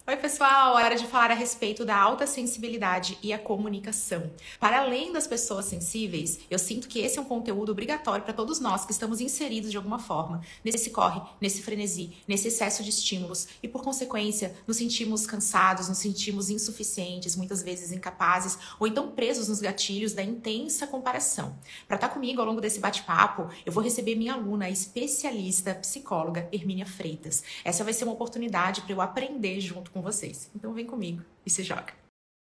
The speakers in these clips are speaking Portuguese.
Oi, pessoal! Hora de falar a respeito da alta sensibilidade e a comunicação. Para além das pessoas sensíveis, eu sinto que esse é um conteúdo obrigatório para todos nós que estamos inseridos de alguma forma nesse corre, nesse frenesi, nesse excesso de estímulos e, por consequência, nos sentimos cansados, nos sentimos insuficientes, muitas vezes incapazes ou então presos nos gatilhos da intensa comparação. Para estar comigo ao longo desse bate-papo, eu vou receber minha aluna, a especialista psicóloga Hermínia Freitas. Essa vai ser uma oportunidade para eu aprender junto com vocês. Então vem comigo e se joga.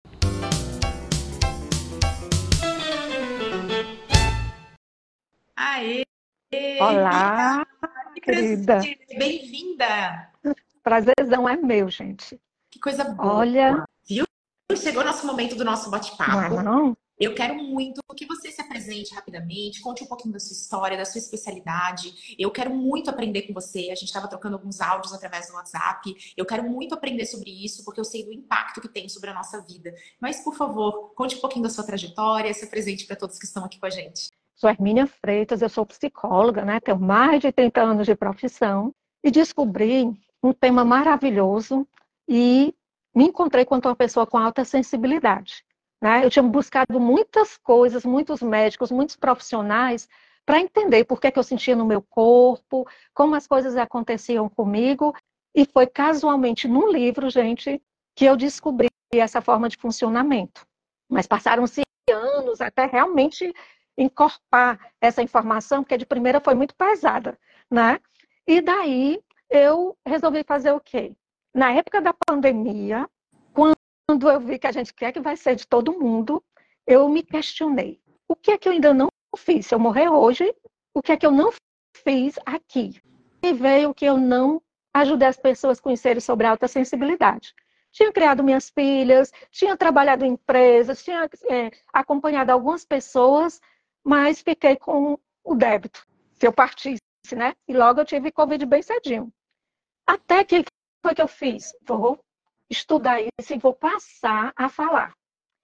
Aê! Hermínia, Olá, que querida. prazer! Bem-vinda! Prazerzão é meu, gente. Que coisa boa! Olha, Viu? Chegou o nosso momento do nosso não é bate-papo. não? Eu quero muito que você se apresente rapidamente, conte um pouquinho da sua história, da sua especialidade. Eu quero muito aprender com você. A gente estava trocando alguns áudios através do WhatsApp. Eu quero muito aprender sobre isso, porque eu sei do impacto que tem sobre a nossa vida. Mas, por favor, conte um pouquinho da sua trajetória, se apresente para todos que estão aqui com a gente. Sou Hermínia Freitas, eu sou psicóloga, né? Tenho mais de 30 anos de profissão e descobri um tema maravilhoso e me encontrei com uma pessoa com alta sensibilidade, né? Eu tinha buscado muitas coisas, muitos médicos, muitos profissionais para entender por que eu sentia no meu corpo, como as coisas aconteciam comigo, e foi casualmente num livro, gente, que eu descobri essa forma de funcionamento. Mas passaram-se anos até realmente encorpar essa informação, porque de primeira foi muito pesada, né? E daí eu resolvi fazer o quê? Na época da pandemia, quando eu vi que a gente quer que vai ser de todo mundo, eu me questionei. O que é que eu ainda não fiz? Se eu morrer hoje, o que é que eu não fiz aqui? E veio que eu não ajudei as pessoas a conhecerem sobre a alta sensibilidade. Tinha criado minhas filhas, tinha trabalhado em empresas, tinha acompanhado algumas pessoas, mas fiquei com o débito, se eu partisse, né? E logo eu tive Covid bem cedinho. Até que foi que eu fiz? Vou estudar isso e vou passar a falar.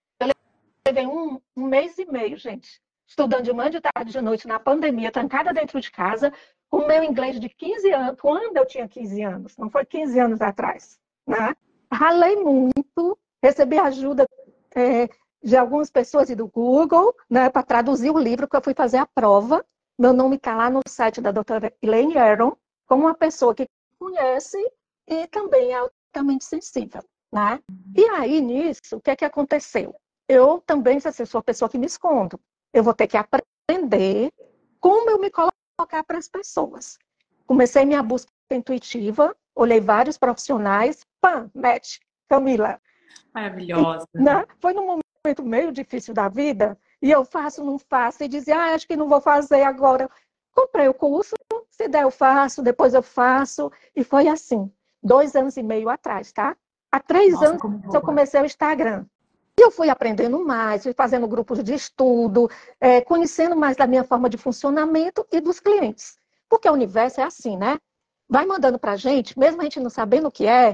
Levei um mês e meio, gente, estudando de manhã, de tarde, de noite, na pandemia, trancada dentro de casa, com o meu inglês de 15 anos, quando eu tinha 15 anos, não foi 15 anos atrás, né? Ralei muito, recebi ajuda de algumas pessoas e do Google, né, para traduzir o livro, que eu fui fazer a prova. Meu nome está lá no site da doutora Elaine Aron, como uma pessoa que conhece e também é altamente sensível, né? E aí, nisso, o que é que aconteceu? Eu também, se eu sou a pessoa que me escondo, eu vou ter que aprender como eu me colocar para as pessoas. Comecei minha busca intuitiva, olhei vários profissionais, pam, match, Camila. Maravilhosa. Né? Foi num momento meio difícil da vida, e eu faço, não faço, e dizia, acho que não vou fazer agora. Comprei o curso, se der eu faço, depois eu faço, e foi assim, 2 anos e meio atrás, tá? Há três Nossa, anos como eu boa. comecei o Instagram. E eu fui aprendendo mais, fui fazendo grupos de estudo, conhecendo mais da minha forma de funcionamento e dos clientes. Porque o universo é assim, né? Vai mandando para a gente, mesmo a gente não sabendo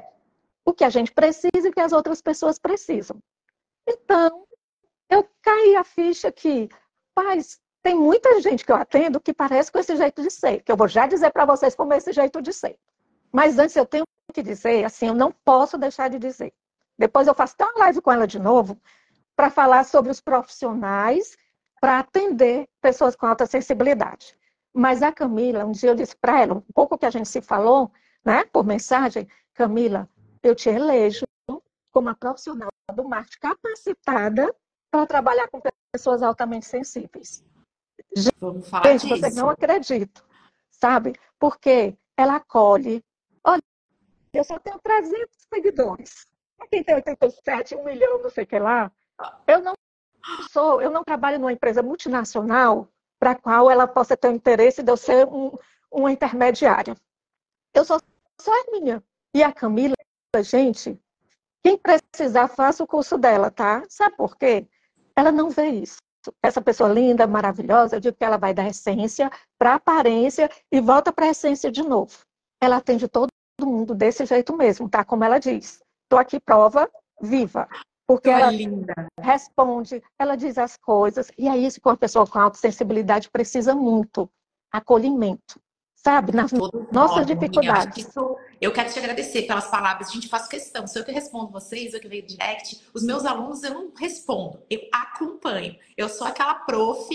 o que a gente precisa e o que as outras pessoas precisam. Então, eu caí a ficha que, paz, tem muita gente que eu atendo que parece com esse jeito de ser, que eu vou já dizer para vocês como é esse jeito de ser. Mas antes eu tenho que dizer, assim, eu não posso deixar de dizer. Depois eu faço até uma live com ela de novo, para falar sobre os profissionais para atender pessoas com alta sensibilidade. Mas a Camila, um dia eu disse para ela, um pouco que a gente se falou, né, por mensagem, Camila, eu te elejo como a profissional do marketing capacitada para trabalhar com pessoas altamente sensíveis. Vamos falar Gente, vocês não disso. acreditam, sabe? Porque ela acolhe. Olha, eu só tenho 300 seguidores. Para quem tem 87, 1 milhão, não sei o que lá, eu não eu não trabalho numa empresa multinacional para a qual ela possa ter o interesse de eu ser uma intermediária. Eu sou só a minha. E a Camila, gente, quem precisar, faça o curso dela, tá? Sabe por quê? Ela não vê isso. Essa pessoa linda, maravilhosa, eu digo que ela vai da essência para a aparência e volta para a essência de novo. Ela atende todo mundo desse jeito mesmo, tá? Como ela diz. Estou aqui, prova viva. Porque Sua ela linda. responde, ela diz as coisas, e é isso que uma pessoa com autossensibilidade precisa muito, acolhimento, sabe? Nas Todos nossas nós, Hermínia. Eu acho que dificuldades. Eu quero te agradecer pelas palavras. Gente, faço questão. Sou eu que respondo vocês, eu que veio direct. Os meus alunos eu não respondo, eu acompanho. Eu sou aquela prof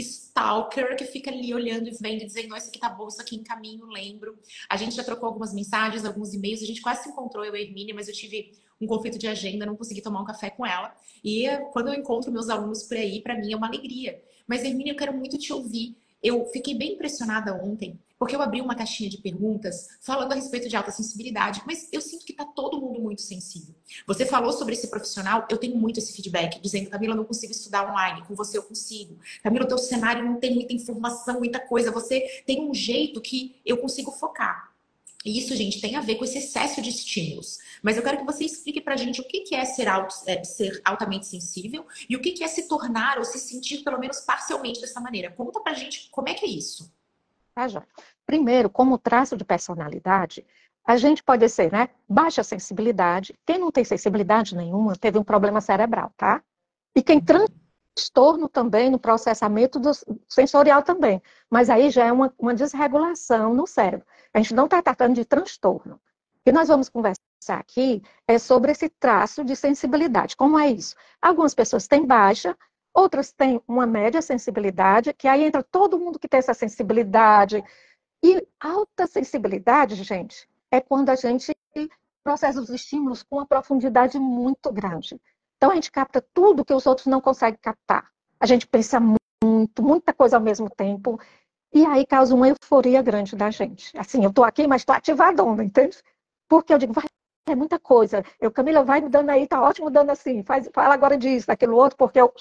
stalker que fica ali olhando e vendo, dizendo: oh, isso aqui tá bom, isso aqui em caminho, lembro. A gente já trocou algumas mensagens, alguns e-mails, a gente quase se encontrou, eu e a Hermínia, mas eu tive um conflito de agenda, não consegui tomar um café com ela. E quando eu encontro meus alunos por aí, para mim é uma alegria. Mas, Hermínia, eu quero muito te ouvir. Eu fiquei bem impressionada ontem, porque eu abri uma caixinha de perguntas falando a respeito de alta sensibilidade, mas eu sinto que tá todo mundo muito sensível. Você falou sobre esse profissional, eu tenho muito esse feedback, dizendo: Camila, eu não consigo estudar online, com você eu consigo. Camila, o teu cenário não tem muita informação, muita coisa, você tem um jeito que eu consigo focar. E isso, gente, tem a ver com esse excesso de estímulos. Mas eu quero que você explique pra gente o que é ser altamente sensível e o que é se tornar ou se sentir, pelo menos parcialmente, dessa maneira. Conta pra gente como é que é isso. Tá, Joia? Primeiro, como traço de personalidade, a gente pode ser, né, baixa sensibilidade. Quem não tem sensibilidade nenhuma teve um problema cerebral, tá? E quem transtorno também no processamento sensorial também. Mas aí já é uma desregulação no cérebro. A gente não está tratando de transtorno. O que nós vamos conversar aqui é sobre esse traço de sensibilidade. Como é isso? Algumas pessoas têm baixa, outras têm uma média sensibilidade, que aí entra todo mundo que tem essa sensibilidade. E alta sensibilidade, gente, é quando a gente processa os estímulos com uma profundidade muito grande. Então, a gente capta tudo que os outros não conseguem captar. A gente pensa muito, muita coisa ao mesmo tempo, e aí causa uma euforia grande da gente. Assim, eu estou aqui, mas estou ativadona, entende? Porque eu digo, vai, é muita coisa. Camila, vai me dando aí, tá ótimo dando assim, fala agora disso, daquilo outro, porque eu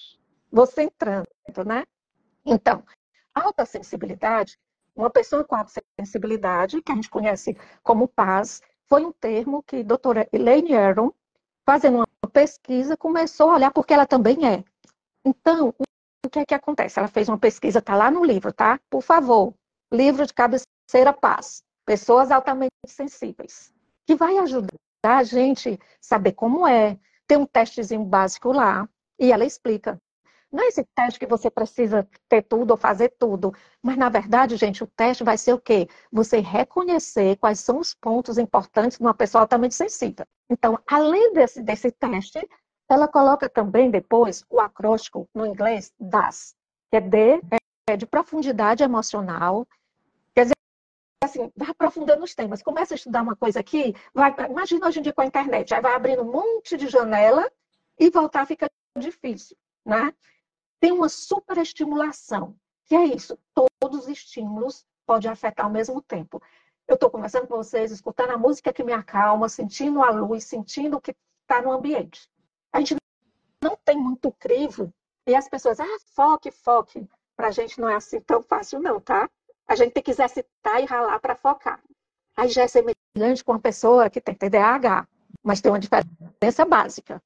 vou centrando, né? Então, alta sensibilidade, uma pessoa com alta sensibilidade, que a gente conhece como paz, foi um termo que a doutora Elaine Aron, fazendo uma pesquisa, começou a olhar porque ela também é. Então, o que é que acontece? Ela fez uma pesquisa, está lá no livro, tá? Por favor, livro de cabeceira Paz, Pessoas Altamente Sensíveis, que vai ajudar a gente a saber como é, tem um testezinho básico lá, e ela explica. Não é esse teste que você precisa ter tudo ou fazer tudo, mas na verdade, gente, o teste vai ser o quê? Você reconhecer quais são os pontos importantes de uma pessoa altamente sensível. Então, além desse teste, ela coloca também depois o acróstico no inglês DAS, que é D, é de profundidade emocional. Quer dizer, assim, vai aprofundando os temas. Começa a estudar uma coisa aqui, imagina hoje em dia com a internet, aí vai abrindo um monte de janela e voltar fica difícil, né? Tem uma superestimulação, que é isso, todos os estímulos podem afetar ao mesmo tempo. Eu estou conversando com vocês, escutando a música que me acalma, sentindo a luz, sentindo o que está no ambiente. A gente não tem muito crivo, e as pessoas, foque, foque. Para a gente não é assim tão fácil não, tá? A gente tem que exercitar e ralar para focar. Aí já é semelhante com uma pessoa que tem TDAH, mas tem uma diferença básica.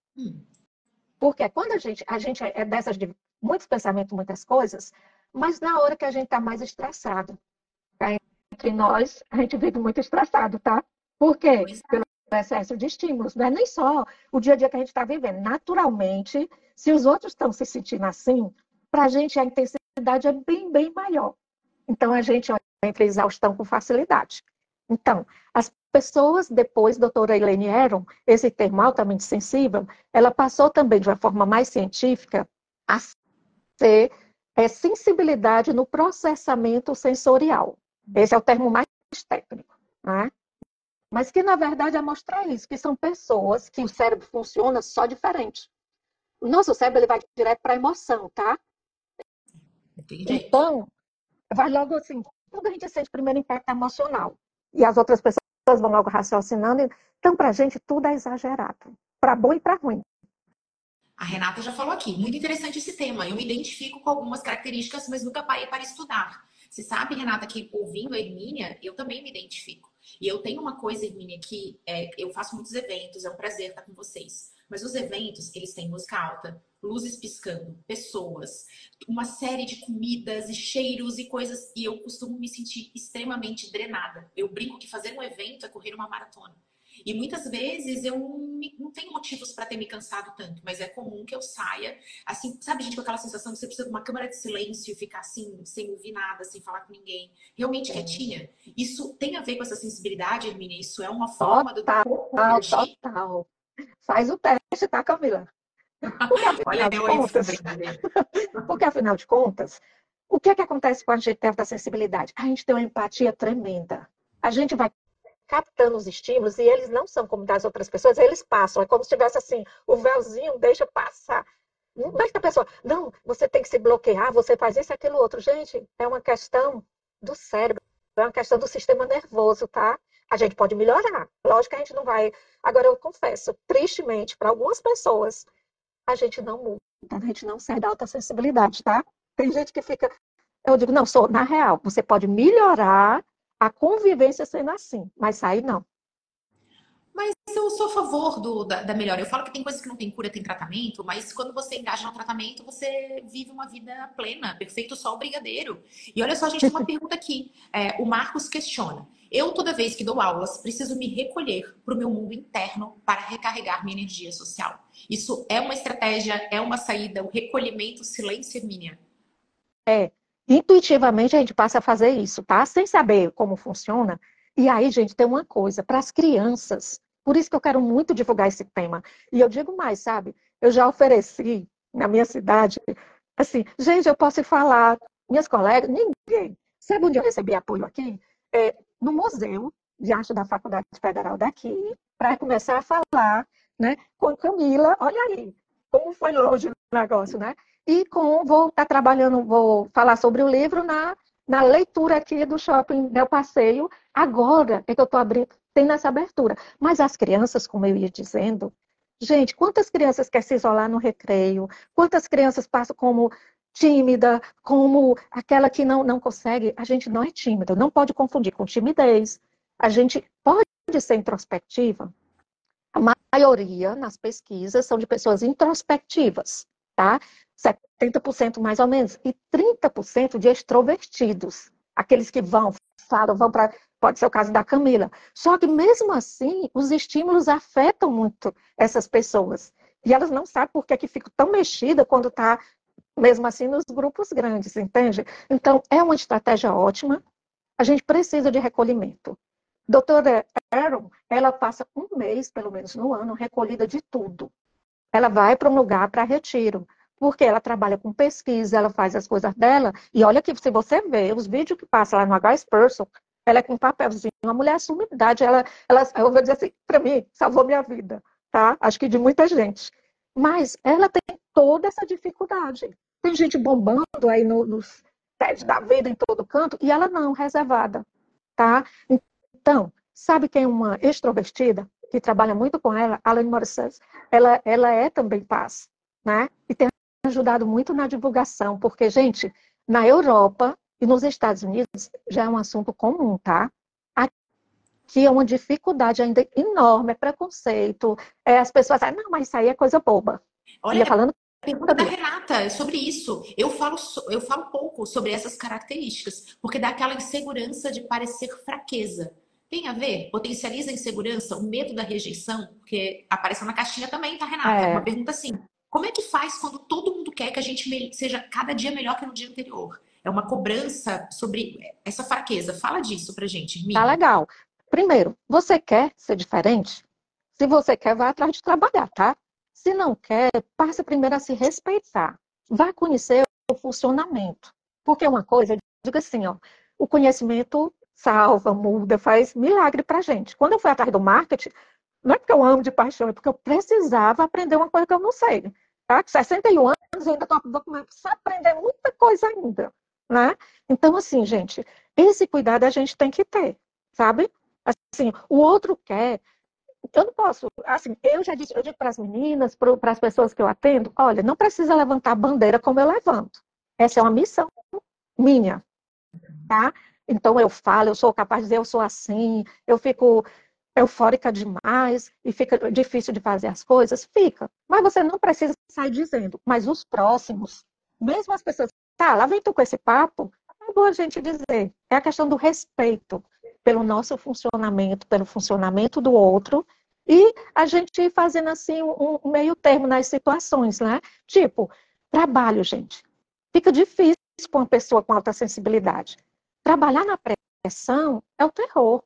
Porque quando a gente é dessas de muitos pensamentos, muitas coisas, mas na hora que a gente está mais estressado, tá? Entre nós, a gente vive muito estressado, tá? Por quê? Pelo excesso de estímulos. Não é nem só o dia a dia que a gente está vivendo. Naturalmente, se os outros estão se sentindo assim, para a gente a intensidade é bem, bem maior. Então, a gente entra em exaustão com facilidade. Então, as pessoas, depois, doutora Elaine Aron, esse termo altamente sensível, ela passou também, de uma forma mais científica, a ser sensibilidade no processamento sensorial. Esse é o termo mais técnico, né? Mas que, na verdade, é mostrar isso, que são pessoas que o cérebro funciona só diferente. O nosso cérebro ele vai direto para a emoção, tá? Entendi. Então, vai logo assim, quando a gente sente o primeiro impacto emocional, e as outras pessoas vão logo raciocinando, então, para a gente, tudo é exagerado, para bom e para ruim. A Renata já falou aqui, muito interessante esse tema. Eu me identifico com algumas características, mas nunca parei para estudar. Você sabe, Renata, que ouvindo a Hermínia, eu também me identifico. E eu tenho uma coisa, Hermínia, que eu faço muitos eventos, é um prazer estar com vocês. Mas os eventos, eles têm música alta, luzes piscando, pessoas, uma série de comidas e cheiros e coisas. E eu costumo me sentir extremamente drenada. Eu brinco que fazer um evento é correr uma maratona. E muitas vezes eu não tenho motivos para ter me cansado tanto, mas é comum que eu saia, assim, sabe, gente, com aquela sensação que você precisa de uma câmara de silêncio e ficar assim, sem ouvir nada, sem falar com ninguém, realmente quietinha. Isso tem a ver com essa sensibilidade, Hermínia? Isso é uma forma do Total, corpo reagir? total. Faz o teste, tá, Camila? Porque Olha, afinal de eu aí contas, descobrindo. porque afinal de contas, o que é que acontece com a gente dentro da sensibilidade? A gente tem uma empatia tremenda. A gente vai captando os estímulos e eles não são como das outras pessoas, eles passam. É como se tivesse assim, o véuzinho deixa passar. Não é que a pessoa, não, você tem que se bloquear, você faz isso, aquilo, outro. Gente, é uma questão do cérebro, é uma questão do sistema nervoso, tá? A gente pode melhorar. Lógico que a gente não vai. Agora, eu confesso, tristemente, para algumas pessoas, a gente não muda, a gente não sai da alta sensibilidade, tá? Tem gente que fica. Eu digo, não, sou, na real, você pode melhorar a convivência sendo assim, mas sair não. Mas eu sou a favor da melhora. Eu falo que tem coisas que não tem cura, tem tratamento, mas quando você engaja no tratamento, você vive uma vida plena, perfeito só o brigadeiro. E olha só, a gente tem uma pergunta aqui. O Marcos questiona. Eu, toda vez que dou aulas, preciso me recolher para o meu mundo interno para recarregar minha energia social. Isso é uma estratégia, é uma saída, o recolhimento, o silêncio, Hermínia? É, intuitivamente a gente passa a fazer isso, tá? Sem saber como funciona. E aí, gente, tem uma coisa, para as crianças, por isso que eu quero muito divulgar esse tema. E eu digo mais, sabe? Eu já ofereci na minha cidade, assim, gente, eu posso ir falar, minhas colegas, ninguém. Sabe onde eu recebi apoio aqui? No museu de arte da Faculdade Federal daqui, para começar a falar, né, com a Camila. Olha aí, como foi longe o negócio, né? E vou estar trabalhando, vou falar sobre o livro na leitura aqui do Shopping Del Passeio. Agora é que eu estou abrindo, tem nessa abertura. Mas as crianças, como eu ia dizendo, gente, quantas crianças querem se isolar no recreio? Quantas crianças passam como tímida, como aquela que não consegue? A gente não é tímida, não pode confundir com timidez. A gente pode ser introspectiva. A maioria nas pesquisas são de pessoas introspectivas, tá? 70% mais ou menos, e 30% de extrovertidos, aqueles que falam, vão para. Pode ser o caso da Camila. Só que, mesmo assim, os estímulos afetam muito essas pessoas. E elas não sabem por que é que ficam tão mexidas quando está, mesmo assim, nos grupos grandes, entende? Então, é uma estratégia ótima. A gente precisa de recolhimento. Doutora Aaron, ela passa um mês, pelo menos no ano, recolhida de tudo. Ela vai para um lugar para retiro, porque ela trabalha com pesquisa, ela faz as coisas dela, e olha que se você vê os vídeos que passa lá no H-Person, ela é com um papelzinho, uma mulher sumidade, eu vou dizer assim, para mim, salvou minha vida, tá? Acho que de muita gente. Mas ela tem toda essa dificuldade. Tem gente bombando aí nos TED da vida, em todo canto, e ela não, reservada, tá? Então, sabe quem é uma extrovertida, que trabalha muito com ela? Alain Morissette. Ela é também paz, né? E tem ajudado muito na divulgação, porque, gente, na Europa e nos Estados Unidos já é um assunto comum, tá? Aqui é uma dificuldade ainda enorme, é preconceito. As pessoas dizem, não, mas isso aí é coisa boba. Olha, Ia falando, a pergunta da Renata é sobre isso. Eu falo pouco sobre essas características, porque dá aquela insegurança de parecer fraqueza. Tem a ver? Potencializa a insegurança, o medo da rejeição, porque apareceu na caixinha também, tá, Renata? É uma é, pergunta assim: como é que faz quando todo mundo quer que a gente seja cada dia melhor que no dia anterior? É uma cobrança sobre essa fraqueza. Fala disso pra gente, tá Hermínia. legal. Primeiro, você quer ser diferente? Se você quer, vai atrás de trabalhar, tá? Se não quer, passe primeiro a se respeitar. Vá conhecer o funcionamento. Porque uma coisa, eu digo assim, ó, o conhecimento salva, muda, faz milagre pra gente. Quando eu fui atrás do marketing, não é porque eu amo de paixão, é porque eu precisava aprender uma coisa que eu não sei. Tá? Com 61 anos, eu ainda vou começar a aprender muita coisa ainda. Né? Então, assim, gente, esse cuidado a gente tem que ter, sabe? Assim, o outro quer, eu não posso, assim, eu já disse, eu digo para as meninas, para as pessoas que eu atendo, olha, não precisa levantar a bandeira como eu levanto. Essa é uma missão minha, tá? Então eu falo, eu sou capaz de dizer, eu sou assim, eu fico eufórica demais e fica difícil de fazer as coisas, fica. Mas você não precisa sair dizendo. Mas os próximos, mesmo as pessoas, tá, lá vem tu com esse papo, é bom a gente dizer. É a questão do respeito pelo nosso funcionamento, pelo funcionamento do outro, E a gente ir fazendo assim um meio termo nas situações, né? Tipo, trabalho, gente. Fica difícil para uma pessoa com alta sensibilidade. Trabalhar na pressão é o terror.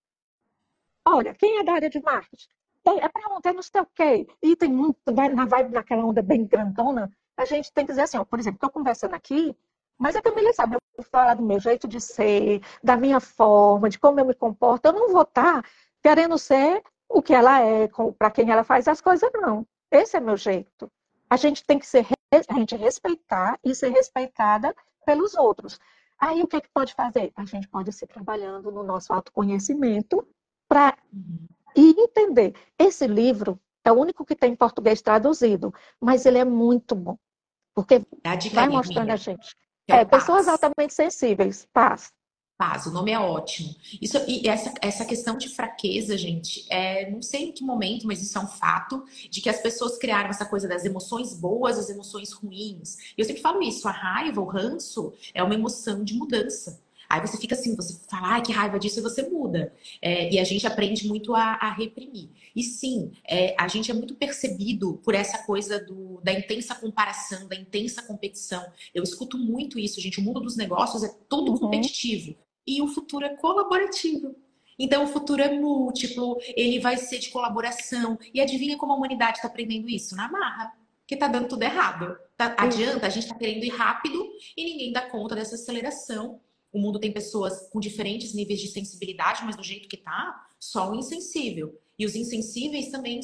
Olha, quem é da área de marketing? É para ontem, não sei o quê. E tem muito, vai naquela onda bem grandona, a gente tem que dizer assim, ó, por exemplo, estou conversando aqui, mas a Camila sabe, eu vou falar do meu jeito de ser, da minha forma, de como eu me comporto. Eu não vou estar querendo ser o que ela é, para quem ela faz as coisas, não. Esse é meu jeito. A gente tem que ser, a gente respeitar e ser respeitada pelos outros. Aí o que, que pode fazer? A gente pode ser trabalhando no nosso autoconhecimento para entender. Esse livro é o único que tem em português traduzido, mas ele é muito bom, porque Dá a dica vai aí, mostrando a amiga, gente. que é o Pessoas Paz. altamente sensíveis, paz. Paz, o nome é ótimo. Isso, e essa questão de fraqueza, gente, não sei em que momento, mas isso é um fato, de que as pessoas criaram essa coisa das emoções boas, as emoções ruins. E eu sempre falo isso, a raiva, o ranço, é uma emoção de mudança. Aí você fica assim, você fala, ai, que raiva disso, e você muda. E a gente aprende muito a reprimir. E sim, a gente é muito percebido por essa coisa da intensa comparação, da intensa competição. Eu escuto muito isso, gente. O mundo dos negócios é todo Uhum. competitivo e o futuro é colaborativo. Então, o futuro é múltiplo, ele vai ser de colaboração. E adivinha como a humanidade está aprendendo isso? Na marra. Que está dando tudo errado. Isso. Adianta, a gente está querendo ir rápido e ninguém dá conta dessa aceleração. O mundo tem pessoas com diferentes níveis de sensibilidade, mas do jeito que tá, só o insensível. E os insensíveis também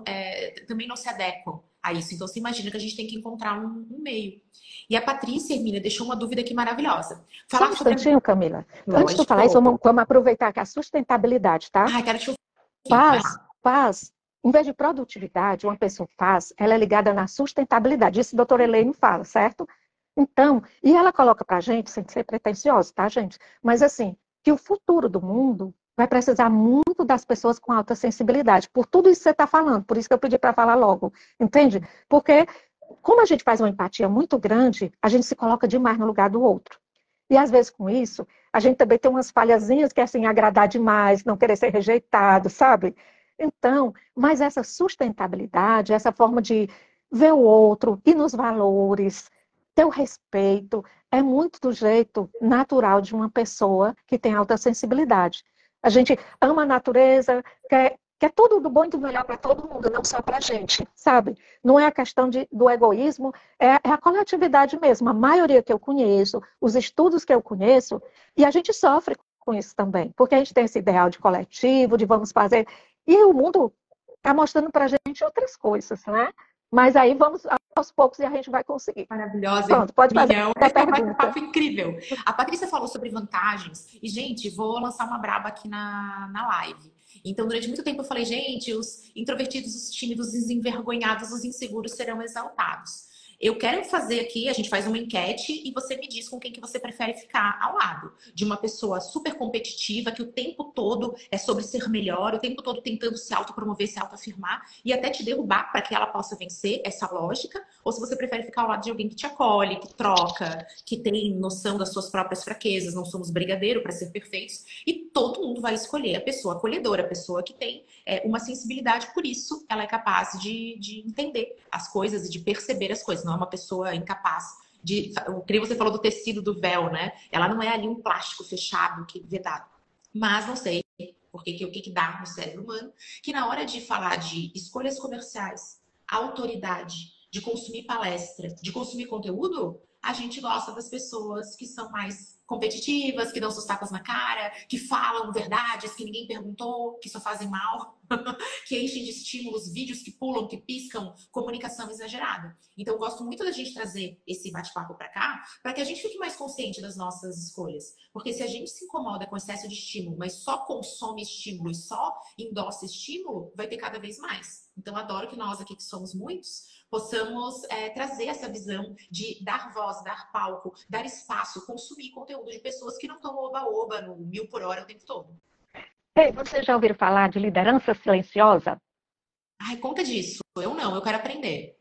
também não se adequam a isso. Então, você imagina que a gente tem que encontrar um meio. E a Patrícia, Hermínia, deixou uma dúvida aqui maravilhosa. Só um Falar sobre a... instantinho, Camila. Antes de eu falar isso, Lógico. vamos aproveitar que a sustentabilidade, tá? Ai, quero te ouvir. Vai Paz, lá. paz. Em vez de produtividade, uma pessoa paz, ela é ligada na sustentabilidade. Isso a doutora Elaine fala, certo? Então, e ela coloca para a gente, sem ser pretensiosa, tá, gente? Mas assim, que o futuro do mundo vai precisar muito das pessoas com alta sensibilidade. Por tudo isso que você está falando, por isso que eu pedi para falar logo, entende? Porque, como a gente faz uma empatia muito grande, a gente se coloca demais no lugar do outro. E às vezes com isso, a gente também tem umas falhazinhas que é assim, agradar demais, não querer ser rejeitado, sabe? Então, mas essa sustentabilidade, essa forma de ver o outro e nos valores, ter o respeito, é muito do jeito natural de uma pessoa que tem alta sensibilidade. A gente ama a natureza, quer tudo do bom e do melhor para todo mundo, não só para a gente, sabe? Não é a questão do egoísmo, é a coletividade mesmo. A maioria que eu conheço, os estudos que eu conheço, e a gente sofre com isso também, porque a gente tem esse ideal de coletivo, de vamos fazer. E o mundo está mostrando para a gente outras coisas, né? Mas aí vamos aos poucos e a gente vai conseguir. Maravilhosa, Pronto, pode fazer Hermínia. a Esse é um pergunta. bate-papo incrível. A Patrícia falou sobre vantagens. E, gente, vou lançar uma braba aqui na live. Então, durante muito tempo eu falei, gente, os introvertidos, os tímidos, os envergonhados, os inseguros serão exaltados. Eu quero fazer aqui, a gente faz uma enquete e você me diz com quem que você prefere ficar ao lado. De uma pessoa super competitiva, que o tempo todo é sobre ser melhor, o tempo todo tentando se autopromover, se autoafirmar e até te derrubar para que ela possa vencer essa lógica, ou se você prefere ficar ao lado de alguém que te acolhe, que troca, que tem noção das suas próprias fraquezas, não somos brigadeiro para ser perfeitos, e todo mundo vai escolher a pessoa acolhedora, a pessoa que tem uma sensibilidade, por isso ela é capaz de entender as coisas e de perceber as coisas, não é uma pessoa incapaz de... O que você falou do tecido do véu, né? Ela não é ali um plástico fechado, que vedado. Mas não sei porque o que dá no cérebro humano, que na hora de falar de escolhas comerciais, autoridade, de consumir palestra, de consumir conteúdo, a gente gosta das pessoas que são mais competitivas, que dão seus tapas na cara, que falam verdades que ninguém perguntou, que só fazem mal, que enchem de estímulos, vídeos que pulam, que piscam, comunicação exagerada. Então, eu gosto muito da gente trazer esse bate-papo para cá, para que a gente fique mais consciente das nossas escolhas. Porque se a gente se incomoda com excesso de estímulo, mas só consome estímulo e só endossa estímulo, vai ter cada vez mais. Então, adoro que nós aqui, que somos muitos, possamos trazer essa visão de dar voz, dar palco, dar espaço, consumir conteúdo de pessoas que não estão oba-oba no 1000 por hora o tempo todo. Ei, você já ouviram falar de liderança silenciosa? Ai, conta disso. Eu não, eu quero aprender.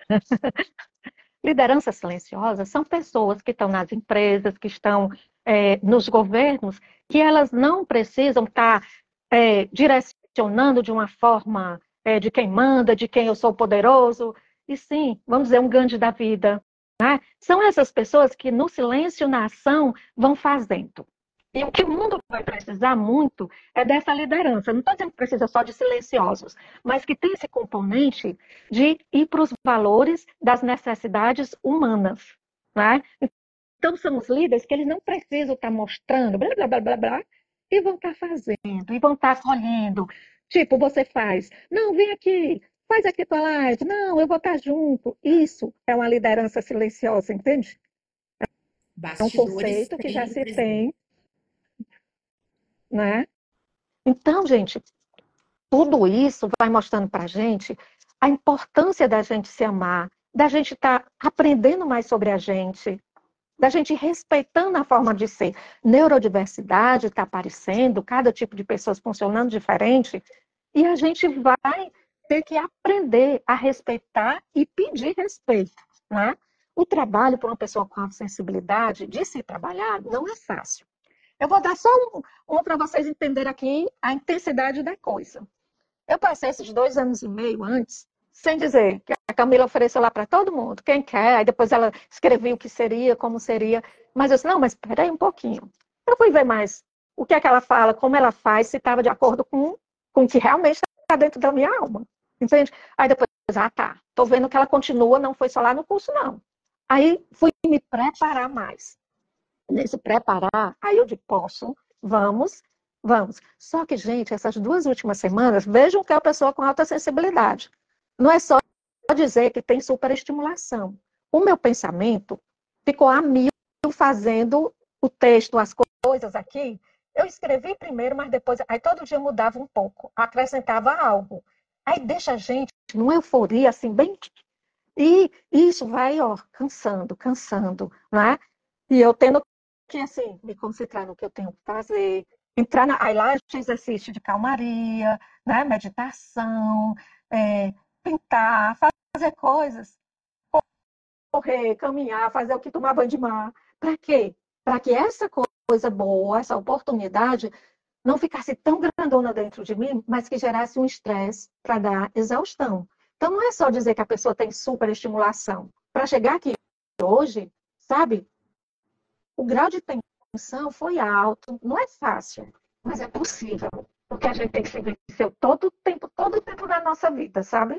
Liderança silenciosa são pessoas que estão nas empresas, que estão nos governos, que elas não precisam estar direcionando de uma forma de quem manda, de quem eu sou poderoso, e sim, vamos dizer, um Gandhi da vida, né? São essas pessoas que no silêncio, na ação, vão fazendo. E o que o mundo vai precisar muito é dessa liderança. Não estou dizendo que precisa só de silenciosos, mas que tem esse componente de ir para os valores das necessidades humanas, né? Então, são os líderes que eles não precisam estar mostrando, blá, blá, blá, blá, blá, e vão estar fazendo, e vão estar escolhendo. Tipo, você faz, não, vem aqui, faz aqui tua live, não, eu vou estar junto. Isso é uma liderança silenciosa, entende? É um Bastidores conceito que já sempre se presentes. tem, né? Então, gente, tudo isso vai mostrando para a gente a importância da gente se amar, da gente estar aprendendo mais sobre a gente, da gente respeitando a forma de ser. Neurodiversidade está aparecendo, cada tipo de pessoas funcionando diferente, e a gente vai ter que aprender a respeitar e pedir respeito, né? O trabalho para uma pessoa com sensibilidade, de se trabalhar, não é fácil. Eu vou dar só um para vocês entenderem aqui a intensidade da coisa. Eu passei esses 2 anos e meio antes, sem dizer, que a Camila ofereceu lá para todo mundo, quem quer, aí depois ela escrevia o que seria, como seria, mas eu disse, não, mas espera aí um pouquinho. Eu fui ver mais o que é que ela fala, como ela faz, se estava de acordo com o que realmente está dentro da minha alma, entende? Aí depois, tá, estou vendo que ela continua, não foi só lá no curso, não. Aí fui me preparar mais. Nesse preparar, aí eu digo, posso, vamos, vamos. Só que, gente, essas 2 últimas semanas, vejam que é uma pessoa com alta sensibilidade. Não é só dizer que tem superestimulação. O meu pensamento ficou a mil fazendo o texto, as coisas aqui. Eu escrevi primeiro, mas depois, aí todo dia mudava um pouco, acrescentava algo. Aí deixa a gente numa euforia, assim, bem... E isso vai, ó, cansando, cansando, não é? E eu tendo que, assim, me concentrar no que eu tenho que fazer, entrar na... Aí lá exercício de calmaria, né? Meditação, pintar, fazer coisas, correr, caminhar, fazer o que tomar banho de mar. Para quê? Para que essa coisa boa, essa oportunidade, não ficasse tão grandona dentro de mim, mas que gerasse um estresse para dar exaustão. Então, não é só dizer que a pessoa tem superestimulação. Para chegar aqui hoje, sabe, o grau de tensão foi alto, não é fácil, mas é possível, porque a gente tem que se vencer todo o tempo da nossa vida, sabe?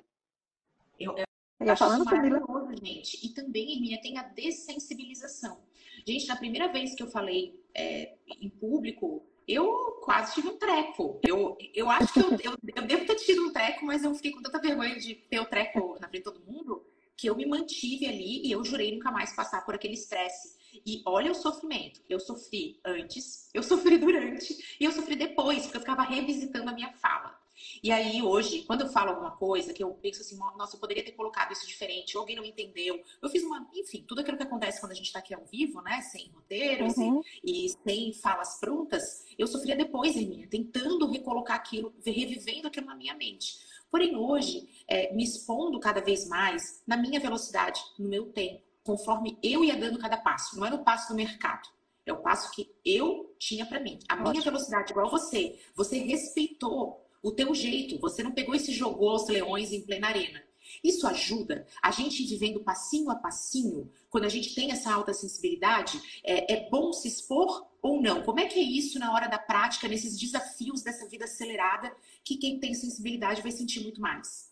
Eu Eu ia acho isso falando, Camila. maravilhoso, gente. E também, Hermínia, tem a dessensibilização. Gente, na primeira vez que eu falei em público, eu quase tive um treco. Eu acho que eu devo ter tido um treco, mas eu fiquei com tanta vergonha de ter o treco na frente de todo mundo, que eu me mantive ali e eu jurei nunca mais passar por aquele estresse. E olha o sofrimento. Eu sofri antes, eu sofri durante e eu sofri depois, porque eu ficava revisitando a minha fala. E aí, hoje, quando eu falo alguma coisa que eu penso assim, nossa, eu poderia ter colocado isso diferente, ou alguém não entendeu. Eu fiz enfim, tudo aquilo que acontece quando a gente tá aqui ao vivo, né? Sem roteiros Uhum. e sem falas prontas, eu sofria depois, Hermínia, tentando recolocar aquilo, revivendo aquilo na minha mente. Porém, hoje, me expondo cada vez mais na minha velocidade, no meu tempo, conforme eu ia dando cada passo. Não é no passo do mercado. É o passo que eu tinha para mim. A minha velocidade, igual você. Você respeitou o teu jeito. Você não pegou e se jogou aos leões em plena arena. Isso ajuda a gente ir vivendo passinho a passinho. Quando a gente tem essa alta sensibilidade, é bom se expor ou não? Como é que é isso na hora da prática, nesses desafios dessa vida acelerada, que quem tem sensibilidade vai sentir muito mais?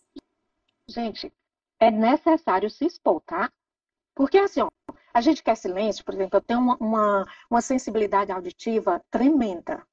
Gente, é necessário se expor, tá? Porque assim, ó, a gente quer silêncio, por exemplo, eu tenho uma sensibilidade auditiva tremenda.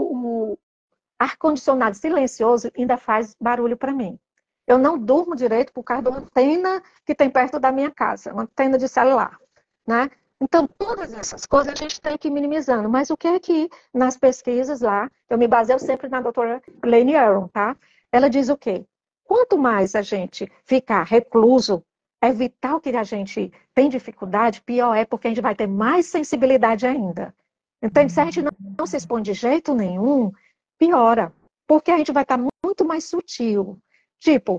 O ar-condicionado silencioso ainda faz barulho para mim. Eu não durmo direito por causa de uma antena que tem perto da minha casa, uma antena de celular, né? Então, todas essas coisas a gente tem que ir minimizando. Mas o que é que nas pesquisas lá, eu me baseio sempre na doutora Laine Aron, tá? Ela diz o quê? Quanto mais a gente ficar recluso, evitar o que a gente tem dificuldade, pior é porque a gente vai ter mais sensibilidade ainda. Então, se a gente não se expõe de jeito nenhum, piora, porque a gente vai estar muito mais sutil. Tipo,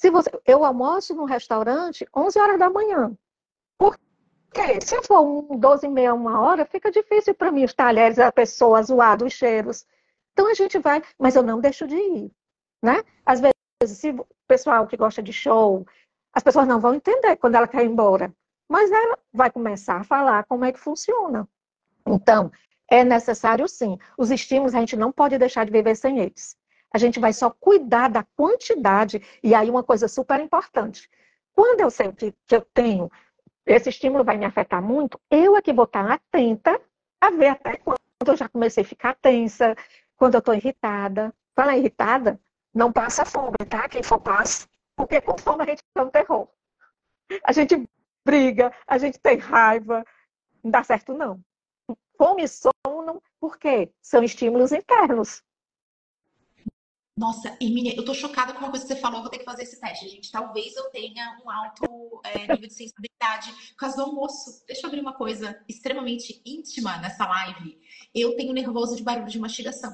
eu almoço num restaurante 11 horas da manhã. Por quê? Se eu for 12h30, 1 hora, fica difícil para mim os talheres, a pessoa zoada, os cheiros. Então a gente vai, mas eu não deixo de ir, né? Às vezes vezes, se o pessoal que gosta de show, as pessoas não vão entender quando ela quer ir embora, mas ela vai começar a falar como é que funciona. Então, é necessário sim. Os estímulos a gente não pode deixar de viver sem eles. A gente vai só cuidar da quantidade, e aí uma coisa super importante. Quando eu sei que eu tenho, esse estímulo vai me afetar muito, eu é que vou estar atenta a ver até quando eu já comecei a ficar tensa, quando eu estou irritada. Falar irritada, não passa fome, tá? Quem for passa, porque com fome a gente é um terror. A gente briga, a gente tem raiva, não dá certo não. Fome e sono, por quê? São estímulos internos. Nossa, Emília, eu tô chocada com uma coisa que você falou, eu vou ter que fazer esse teste, gente. Talvez eu tenha um alto nível de sensibilidade por causa do almoço. Deixa eu abrir uma coisa extremamente íntima nessa live. Eu tenho nervoso de barulho de mastigação.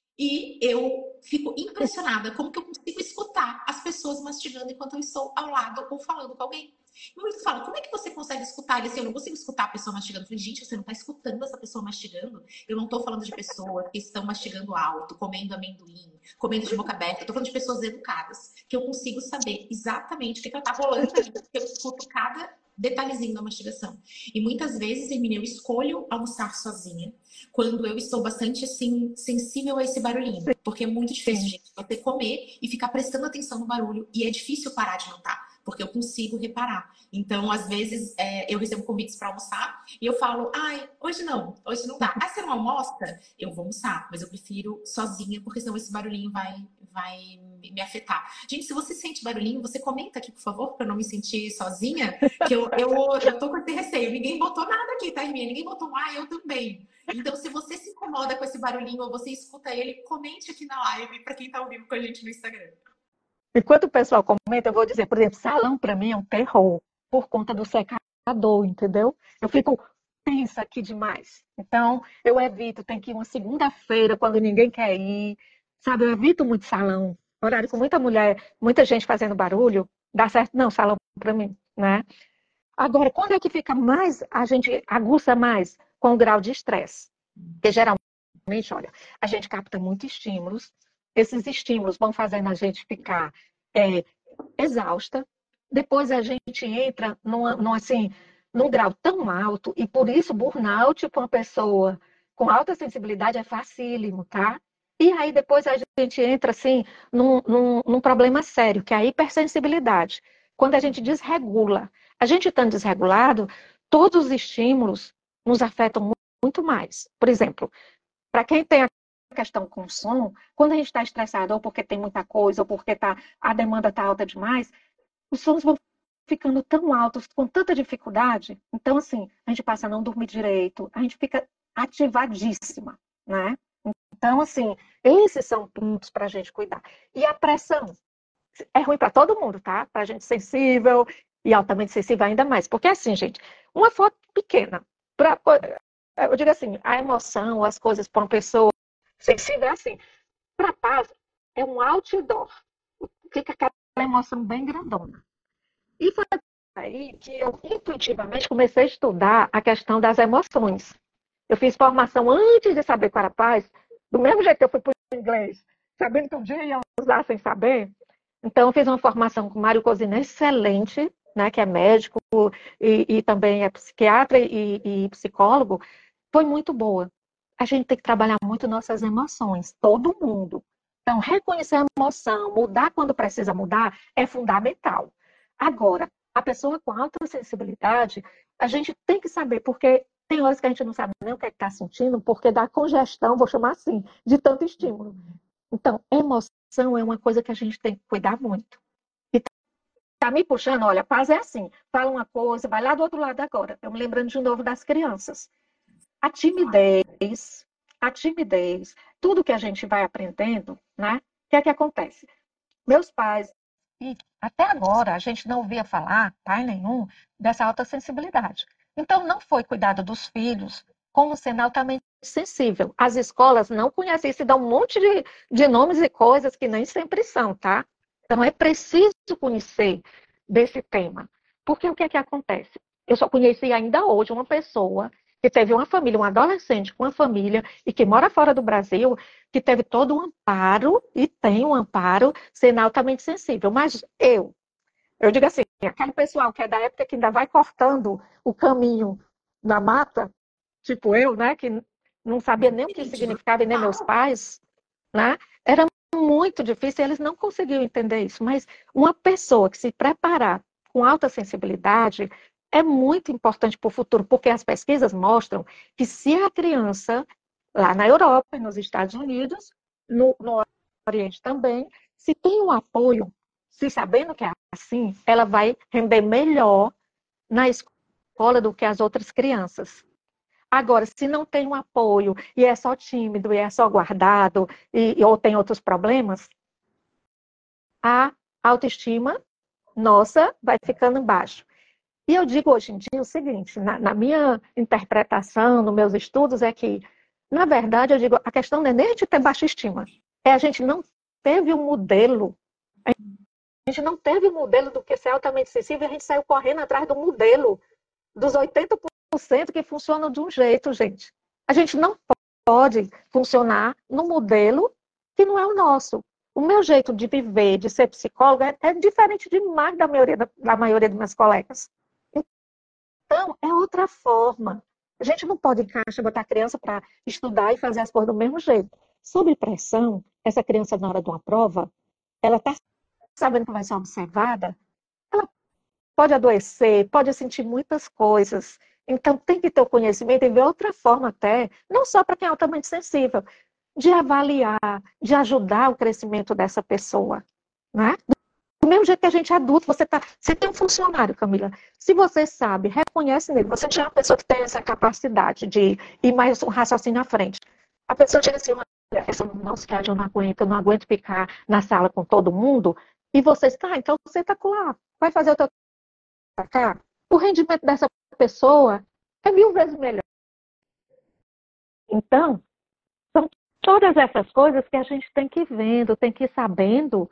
E eu fico impressionada como que eu consigo escutar as pessoas mastigando enquanto eu estou ao lado ou falando com alguém. E muitos falam, como é que você consegue escutar? Ele assim, eu não consigo escutar a pessoa mastigando. Eu falei, gente, você não está escutando essa pessoa mastigando? Eu não estou falando de pessoas que estão mastigando alto, comendo amendoim, comendo de boca aberta. Eu estou falando de pessoas educadas, que eu consigo saber exatamente o que ela está rolando ali, porque eu escuto cada detalhezinho da mastigação. E muitas vezes, Emília, eu escolho almoçar sozinha quando eu estou bastante assim sensível a esse barulhinho, porque é muito difícil, Sim. gente, você comer e ficar prestando atenção no barulho e é difícil parar de notar, porque eu consigo reparar. Então, às vezes, eu recebo convites para almoçar e eu falo, ai, hoje não dá. Ah, você não almoça? Eu vou almoçar, mas eu prefiro sozinha, porque senão esse barulhinho vai me afetar. Gente, se você sente barulhinho, você comenta aqui, por favor, para não me sentir sozinha, que eu tô com esse receio. Ninguém botou nada aqui, tá, Irmia? Ninguém botou um, eu também. Então, se você se incomoda com esse barulhinho ou você escuta ele, comente aqui na live para quem tá ao vivo com a gente no Instagram. Enquanto o pessoal comenta, eu vou dizer, por exemplo, salão para mim é um terror por conta do secador, entendeu? Eu fico tensa aqui demais. Então, eu evito, tem que ir uma segunda-feira quando ninguém quer ir, sabe? Eu evito muito salão. Horário com muita mulher, muita gente fazendo barulho, dá certo não, salão para mim, né? Agora, quando é que fica mais, a gente aguça mais com o grau de estresse? Porque geralmente, olha, a gente capta muitos estímulos, esses estímulos vão fazendo a gente ficar é, exausta, depois a gente entra assim, num grau tão alto, e por isso burnout para uma pessoa com alta sensibilidade é facílimo, tá? E aí depois a gente entra assim num problema sério, que é a hipersensibilidade. Quando a gente desregula. A gente estando desregulado, todos os estímulos nos afetam muito mais. Por exemplo, para quem tem a questão com sono, quando a gente está estressado, ou porque tem muita coisa, ou porque a demanda está alta demais, os sons vão ficando tão altos, com tanta dificuldade. Então, assim, a gente passa a não dormir direito, a gente fica ativadíssima, né? Então, assim, esses são pontos para a gente cuidar. E a pressão é ruim para todo mundo, tá? Para a gente sensível e altamente sensível ainda mais. Porque, assim, gente, uma foto pequena, eu digo assim, a emoção, as coisas para uma pessoa sensível é assim. Para paz, é um outdoor. Fica aquela emoção bem grandona. E foi aí que eu intuitivamente comecei a estudar a questão das emoções. Eu fiz formação antes de saber qual era paz, do mesmo jeito que eu fui para o inglês, sabendo que um dia ia usar sem saber. Então, eu fiz uma formação com o Mário Cosina excelente, né, que é médico e também é psiquiatra e psicólogo. Foi muito boa. A gente tem que trabalhar muito nossas emoções, todo mundo. Então, reconhecer a emoção, mudar quando precisa mudar, é fundamental. Agora, a pessoa com alta sensibilidade, a gente tem que saber, porque tem horas que a gente não sabe nem o que é está sentindo, porque dá congestão, vou chamar assim, de tanto estímulo. Então, emoção é uma coisa que a gente tem que cuidar muito. E tá me puxando, olha, paz é assim, fala uma coisa, vai lá do outro lado agora. Eu me lembrando de novo das crianças. A timidez, a timidez, tudo que a gente vai aprendendo, né? O que é que acontece? Meus pais, e até agora a gente não ouvia falar, pai nenhum, dessa alta sensibilidade. Então, não foi cuidado dos filhos como sendo altamente sensível. As escolas não conhecem isso e dão um monte de nomes e coisas que nem sempre são, tá? Então, é preciso conhecer desse tema. Porque o que é que acontece? Eu só conheci ainda hoje uma pessoa que teve uma família, um adolescente com uma família e que mora fora do Brasil, que teve todo um amparo e tem um amparo sendo altamente sensível. Mas eu digo assim, aquele pessoal que é da época que ainda vai cortando o caminho na mata, tipo eu, né, que não sabia nem o que significava, e nem meus pais, né, era muito difícil, eles não conseguiam entender isso. Mas uma pessoa que se preparar com alta sensibilidade é muito importante para o futuro, porque as pesquisas mostram que se a criança, lá na Europa e nos Estados Unidos, no Oriente também, se tem um apoio, se sabendo que é assim, ela vai render melhor na escola do que as outras crianças. Agora, se não tem um apoio, e é só tímido, e é só guardado, ou tem outros problemas, a autoestima nossa vai ficando embaixo. E eu digo hoje em dia o seguinte, na minha interpretação, nos meus estudos, é que, na verdade, eu digo, a questão não é nem de ter baixa estima, é a gente não teve um modelo, a gente não teve um modelo do que ser altamente sensível, a gente saiu correndo atrás do modelo dos 80% que funcionam de um jeito, gente. A gente não pode funcionar no modelo que não é o nosso. O meu jeito de viver, de ser psicóloga, é diferente demais da maioria dos meus colegas. Então, é outra forma. A gente não pode encaixar, botar a criança para estudar e fazer as coisas do mesmo jeito. Sob pressão, essa criança, na hora de uma prova, ela está sabendo que vai ser observada, ela pode adoecer, pode sentir muitas coisas. Então, tem que ter o conhecimento e ver outra forma até, não só para quem é altamente sensível, de avaliar, de ajudar o crescimento dessa pessoa, né? Do mesmo jeito que a gente é adulto, você tem um funcionário, Camila, se você sabe, reconhece nele, você já é uma pessoa que tem essa capacidade de ir mais um raciocínio à frente. A pessoa chega assim, olha, essa nossa, eu não aguento ficar na sala com todo mundo, e você está, então você está lá, vai fazer o teu cá, o rendimento dessa pessoa é 1000 vezes melhor. Então, são todas essas coisas que a gente tem que ir vendo, tem que ir sabendo.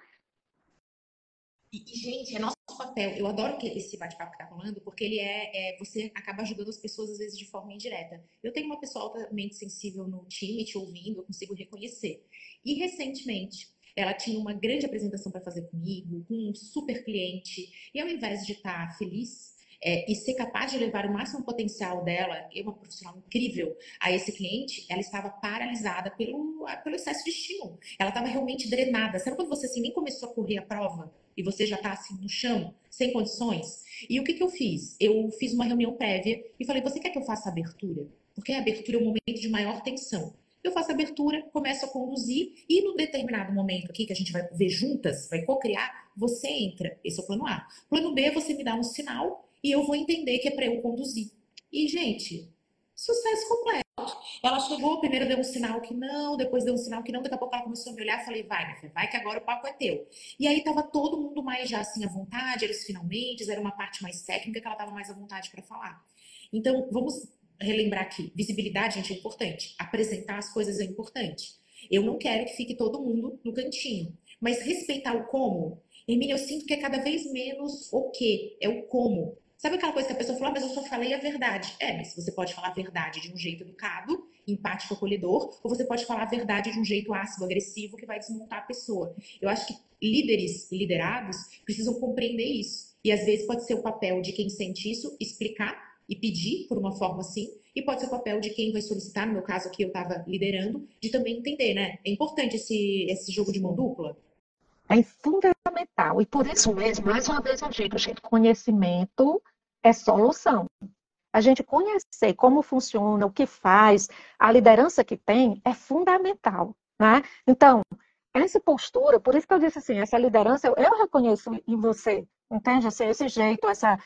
Gente, é nosso papel. Eu adoro esse bate-papo que tá rolando, porque ele você acaba ajudando as pessoas, às vezes, de forma indireta. Eu tenho uma pessoa altamente sensível no time, te ouvindo, eu consigo reconhecer. E, recentemente, ela tinha uma grande apresentação para fazer comigo, com um super cliente, e ao invés de estar feliz, e ser capaz de levar o máximo potencial dela, uma profissional incrível, a esse cliente, ela estava paralisada pelo excesso de estímulo. Ela estava realmente drenada. Sabe quando você assim, nem começou a correr a prova e você já está assim no chão, sem condições? E o que eu fiz? Eu fiz uma reunião prévia e falei, você quer que eu faça a abertura? Porque a abertura é um momento de maior tensão. Eu faço a abertura, começo a conduzir e no determinado momento aqui que a gente vai ver juntas, vai co-criar, você entra. Esse é o plano A. Plano B, você me dá um sinal e eu vou entender que é para eu conduzir. E, gente, sucesso completo. Ela chegou, primeiro deu um sinal que não, depois deu um sinal que não, daqui a pouco ela começou a me olhar e falei, vai, minha filha, vai que agora o papo é teu. E aí tava todo mundo mais já assim à vontade, eles finalmente, era uma parte mais técnica que ela tava mais à vontade para falar. Então, vamos relembrar aqui, visibilidade, gente, é importante. Apresentar as coisas é importante. Eu não quero que fique todo mundo no cantinho, mas respeitar o como. Hermínia, eu sinto que é cada vez menos o que, é o como. Sabe aquela coisa que a pessoa fala, mas eu só falei a verdade. Mas você pode falar a verdade de um jeito educado, empático, acolhedor, ou você pode falar a verdade de um jeito ácido, agressivo, que vai desmontar a pessoa. Eu acho que líderes e liderados precisam compreender isso. E às vezes pode ser o papel de quem sente isso, explicar e pedir por uma forma assim, e pode ser o papel de quem vai solicitar, no meu caso aqui eu estava liderando, de também entender, né? É importante esse jogo de mão dupla. É fundamental. E por isso mesmo, mais uma vez eu digo, gente, conhecimento é solução. A gente conhecer como funciona, o que faz, a liderança que tem, é fundamental, né? Então, essa postura, por isso que eu disse assim, essa liderança, eu reconheço em você, entende? Assim, esse jeito, essa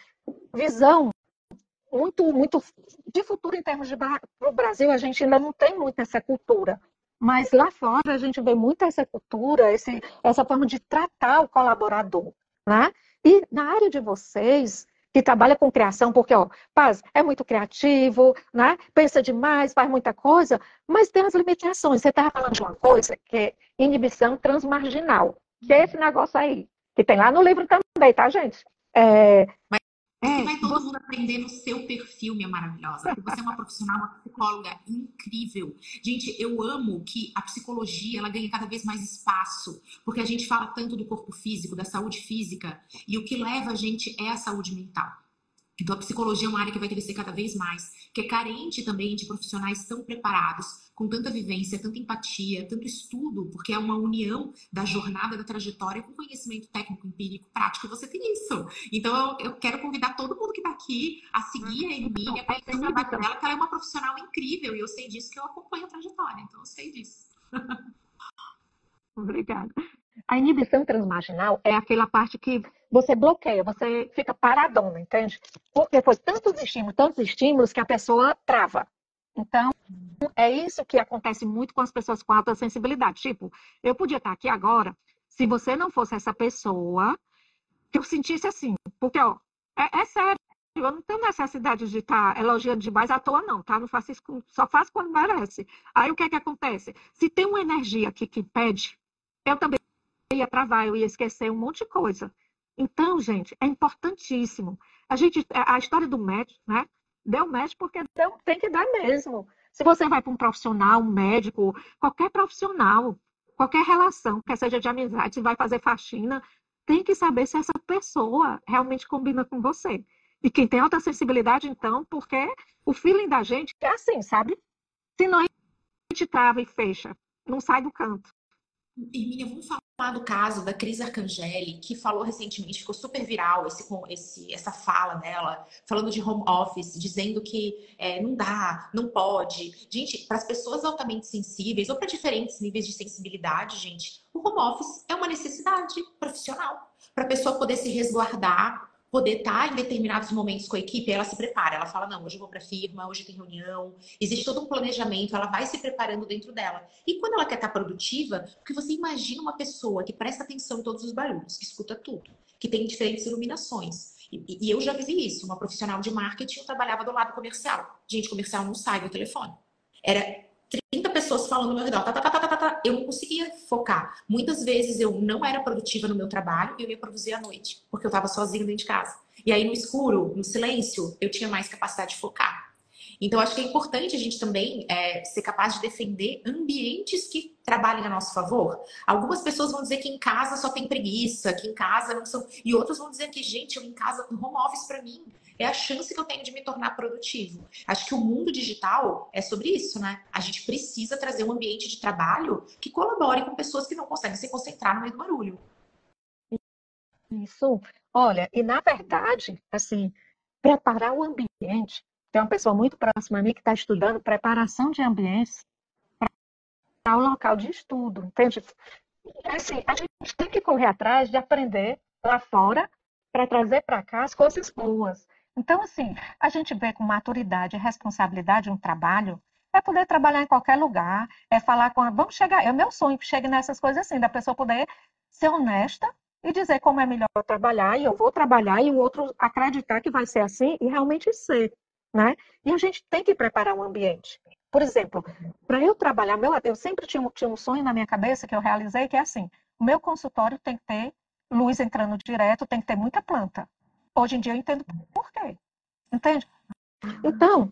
visão muito de futuro em termos de para o Brasil, a gente ainda não tem muito essa cultura. Mas lá fora a gente vê muito essa cultura, essa forma de tratar o colaborador, né? E na área de vocês, que trabalha com criação, porque, ó, Paz, é muito criativo, né? Pensa demais, faz muita coisa, mas tem as limitações. Você estava falando de uma coisa que é inibição transmarginal, que é esse negócio aí, que tem lá no livro também, tá, gente? É, Porque vai todo mundo aprender no seu perfil, minha maravilhosa. Porque você é uma profissional, uma psicóloga incrível. Gente, eu amo que a psicologia ela ganhe cada vez mais espaço. Porque a gente fala tanto do corpo físico, da saúde física. E o que leva a gente é a saúde mental. Então, a psicologia é uma área que vai crescer cada vez mais, que é carente também de profissionais tão preparados, com tanta vivência, tanta empatia, tanto estudo, porque é uma união da jornada, da trajetória com conhecimento técnico, empírico, prático, e você tem isso. Então, eu quero convidar todo mundo que está aqui a seguir a Emília, a conhecer o trabalho dela, que ela é uma profissional incrível, e eu sei disso, que eu acompanho a trajetória, então eu sei disso. Obrigada. A inibição transmarginal é aquela parte que você bloqueia, você fica paradona, entende? Porque foi tantos estímulos que a pessoa trava. Então, é isso que acontece muito com as pessoas com alta sensibilidade. Tipo, eu podia estar aqui agora, se você não fosse essa pessoa, que eu sentisse assim. Porque, ó, é sério, eu não tenho necessidade de estar elogiando demais à toa, não, tá? Não faço isso, só faço quando merece. Aí o que é que acontece? Se tem uma energia aqui que impede, eu também ia travar, eu ia esquecer um monte de coisa. Então, gente, é importantíssimo. A história do match, né? Deu match porque deu, tem que dar mesmo. Se você vai para um profissional, um médico, qualquer profissional, qualquer relação, quer seja de amizade, se vai fazer faxina, tem que saber se essa pessoa realmente combina com você. E quem tem alta sensibilidade, então, porque o feeling da gente é assim, sabe? Senão a gente trava e fecha, não sai do canto. Hermínia, vamos falar do caso da Cris Arcangeli, que falou recentemente, ficou super viral essa fala dela, falando de home office, dizendo que não dá, não pode. Gente, para as pessoas altamente sensíveis ou para diferentes níveis de sensibilidade, gente, o home office é uma necessidade profissional para a pessoa poder se resguardar, poder estar em determinados momentos com a equipe, ela se prepara, ela fala, não, hoje eu vou para a firma, hoje tem reunião, existe todo um planejamento, ela vai se preparando dentro dela. E quando ela quer estar produtiva, porque você imagina uma pessoa que presta atenção em todos os barulhos, que escuta tudo, que tem diferentes iluminações. E eu já vivi isso, uma profissional de marketing, eu trabalhava do lado comercial. Gente, comercial não sai do telefone. Era 30 pessoas falando no meu redor, eu não conseguia focar. Muitas vezes eu não era produtiva no meu trabalho e eu ia produzir à noite, porque eu estava sozinha dentro de casa. E aí no escuro, no silêncio, eu tinha mais capacidade de focar. Então, acho que é importante a gente também ser capaz de defender ambientes que trabalhem a nosso favor. Algumas pessoas vão dizer que em casa só tem preguiça, que em casa não são. E outras vão dizer que, gente, eu em casa, o home office para mim é a chance que eu tenho de me tornar produtivo. Acho que o mundo digital é sobre isso, né? A gente precisa trazer um ambiente de trabalho que colabore com pessoas que não conseguem se concentrar no meio do barulho. Isso. Olha, e na verdade, assim, preparar o ambiente, tem uma pessoa muito próxima a mim que está estudando preparação de ambientes para o local de estudo, entende? Assim, a gente tem que correr atrás de aprender lá fora para trazer para cá as coisas boas. Então, assim, a gente vê com maturidade e responsabilidade um trabalho, é poder trabalhar em qualquer lugar, é falar com a... Vamos chegar, é meu sonho que chegue nessas coisas assim, da pessoa poder ser honesta e dizer como é melhor trabalhar, e eu vou trabalhar, e o outro acreditar que vai ser assim e realmente ser, né? E a gente tem que preparar o ambiente. Por exemplo, para eu trabalhar, eu sempre tinha um sonho na minha cabeça que eu realizei, que é assim, o meu consultório tem que ter luz entrando direto, tem que ter muita planta. Hoje em dia eu entendo por quê, entende? Então,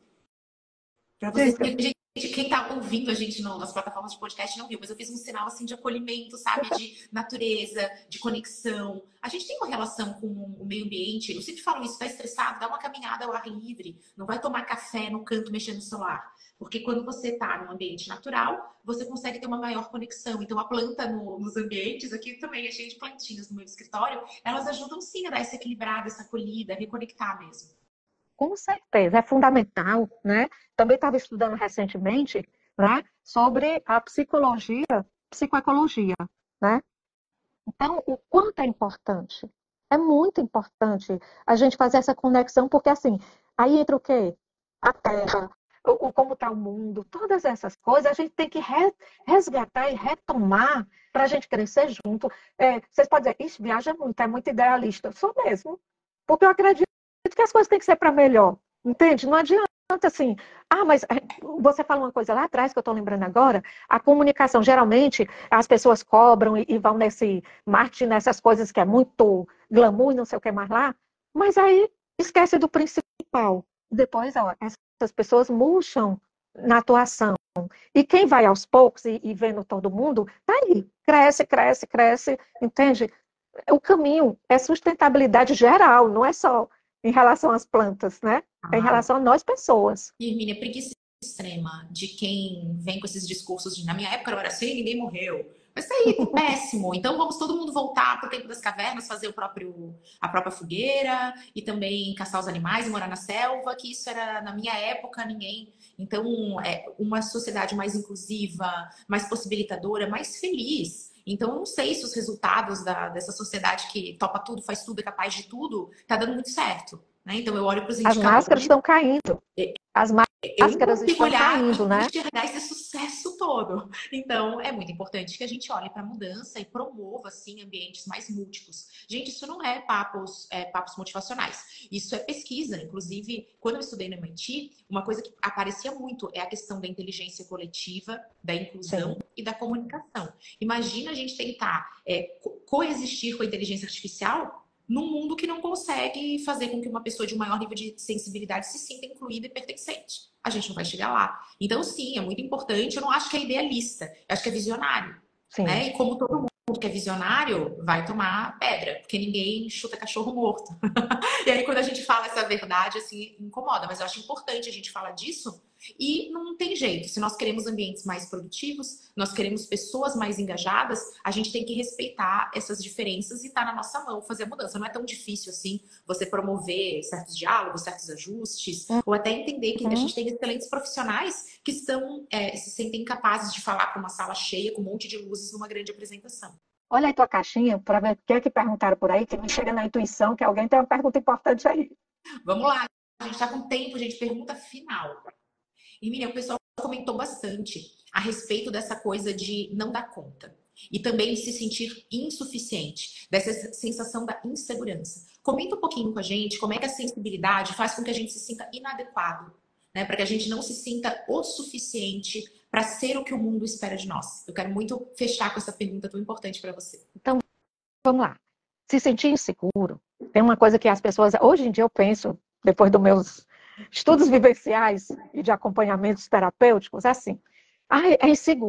Para vocês, diga. gente, quem tá ouvindo a gente nas plataformas de podcast não viu, mas eu fiz um sinal assim de acolhimento, sabe? De natureza, de conexão. A gente tem uma relação com o meio ambiente. Eu sempre falo isso, tá estressado, dá uma caminhada ao ar livre. Não vai tomar café no canto mexendo no celular. Porque quando você tá num ambiente natural, você consegue ter uma maior conexão. Então a planta nos ambientes, aqui também é cheio de plantinhas no meu escritório, elas ajudam sim a dar essa equilibrada, essa acolhida, a reconectar mesmo. Com certeza, é fundamental, né? Também estava estudando recentemente, né, sobre a psicologia, psicoecologia, né? Então, o quanto é importante? É muito importante a gente fazer essa conexão, porque assim, aí entra o quê? A Terra, como está o mundo, todas essas coisas, a gente tem que resgatar e retomar para a gente crescer junto. Vocês podem dizer, ixi, viaja muito, é muito idealista. Eu sou mesmo. Porque eu acredito que as coisas têm que ser para melhor. Entende? Não adianta assim. Ah, mas você falou uma coisa lá atrás que eu estou lembrando agora. A comunicação, geralmente, as pessoas cobram e vão nesse marketing, nessas coisas que é muito glamour e não sei o que mais lá. Mas aí esquece do principal. Depois, ó, essas pessoas murcham na atuação. E quem vai aos poucos e vendo todo mundo, tá aí. Cresce, cresce, cresce, entende? O caminho é sustentabilidade geral, não é só em relação às plantas, né? É em Claro. relação a nós, pessoas. E, Hermínia, preguiça extrema de quem vem com esses discursos de na minha época não era assim, ninguém morreu. Mas tá aí, péssimo. Então vamos todo mundo voltar para o tempo das cavernas, fazer a própria fogueira e também caçar os animais e morar na selva, que isso era na minha época, ninguém. Então, é uma sociedade mais inclusiva, mais possibilitadora, mais feliz. Então, eu não sei se os resultados dessa sociedade que topa tudo, faz tudo, é capaz de tudo, tá dando muito certo. Né? Então, eu olho para os As máscaras indicadores. estão caindo. As Eu não máscaras consigo estão olhar caindo, e né? enxergar esse sucesso todo. Então, é muito importante que a gente olhe para a mudança e promova, assim, ambientes mais múltiplos. Gente, isso não é papos motivacionais. Isso é pesquisa. Inclusive, quando eu estudei no MIT, uma coisa que aparecia muito é a questão da inteligência coletiva, da inclusão Sim. e da comunicação. Imagina a gente tentar coexistir com a inteligência artificial num mundo que não consegue fazer com que uma pessoa de um maior nível de sensibilidade se sinta incluída e pertencente. A gente não vai chegar lá. Então, sim, é muito importante. Eu não acho que é idealista, eu acho que é visionário. Sim. Né? E como todo mundo que é visionário vai tomar pedra, porque ninguém chuta cachorro morto. E aí, quando a gente fala essa verdade, assim, incomoda. Mas eu acho importante a gente falar disso. E não tem jeito. Se nós queremos ambientes mais produtivos, nós queremos pessoas mais engajadas, a gente tem que respeitar essas diferenças e tá na nossa mão fazer a mudança. Não é tão difícil assim você promover certos diálogos, certos ajustes, ou até entender que a Uhum. gente tem excelentes profissionais que se sentem capazes de falar com uma sala cheia, com um monte de luzes numa grande apresentação. Olha aí tua caixinha para ver o que é que perguntaram por aí, que me chega na intuição que alguém tem uma pergunta importante aí. Vamos lá, a gente está com tempo, gente. Pergunta final. E, Miriam, o pessoal comentou bastante a respeito dessa coisa de não dar conta. E também de se sentir insuficiente, dessa sensação da insegurança. Comenta um pouquinho com a gente como é que a sensibilidade faz com que a gente se sinta inadequado, né? Para que a gente não se sinta o suficiente para ser o que o mundo espera de nós. Eu quero muito fechar com essa pergunta tão importante para você. Então, vamos lá. Se sentir inseguro, tem uma coisa que as pessoas, hoje em dia eu penso, depois dos meus estudos vivenciais e de acompanhamentos terapêuticos, assim, é inseguro.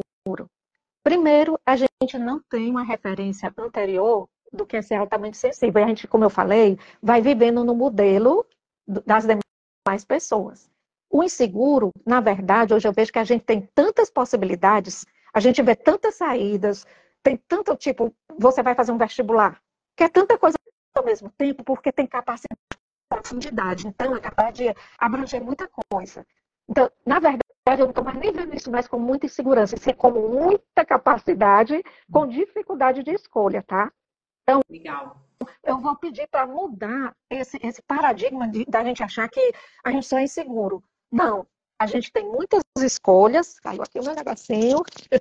Primeiro, a gente não tem uma referência anterior do que é ser altamente sensível. A gente, como eu falei, vai vivendo no modelo das demais pessoas. O inseguro, na verdade, hoje eu vejo que a gente tem tantas possibilidades, a gente vê tantas saídas, tem tanto tipo, você vai fazer um vestibular, que é tanta coisa ao mesmo tempo, porque tem capacidade de profundidade, então é capaz de abranger muita coisa. Então, na verdade, eu não estou mais nem vendo isso mais com muita insegurança, isso é com muita capacidade, com dificuldade de escolha, tá? Então, Legal. eu vou pedir para mudar esse paradigma da gente achar que a gente só é inseguro. Não, a gente tem muitas escolhas, caiu aqui o meu negocinho,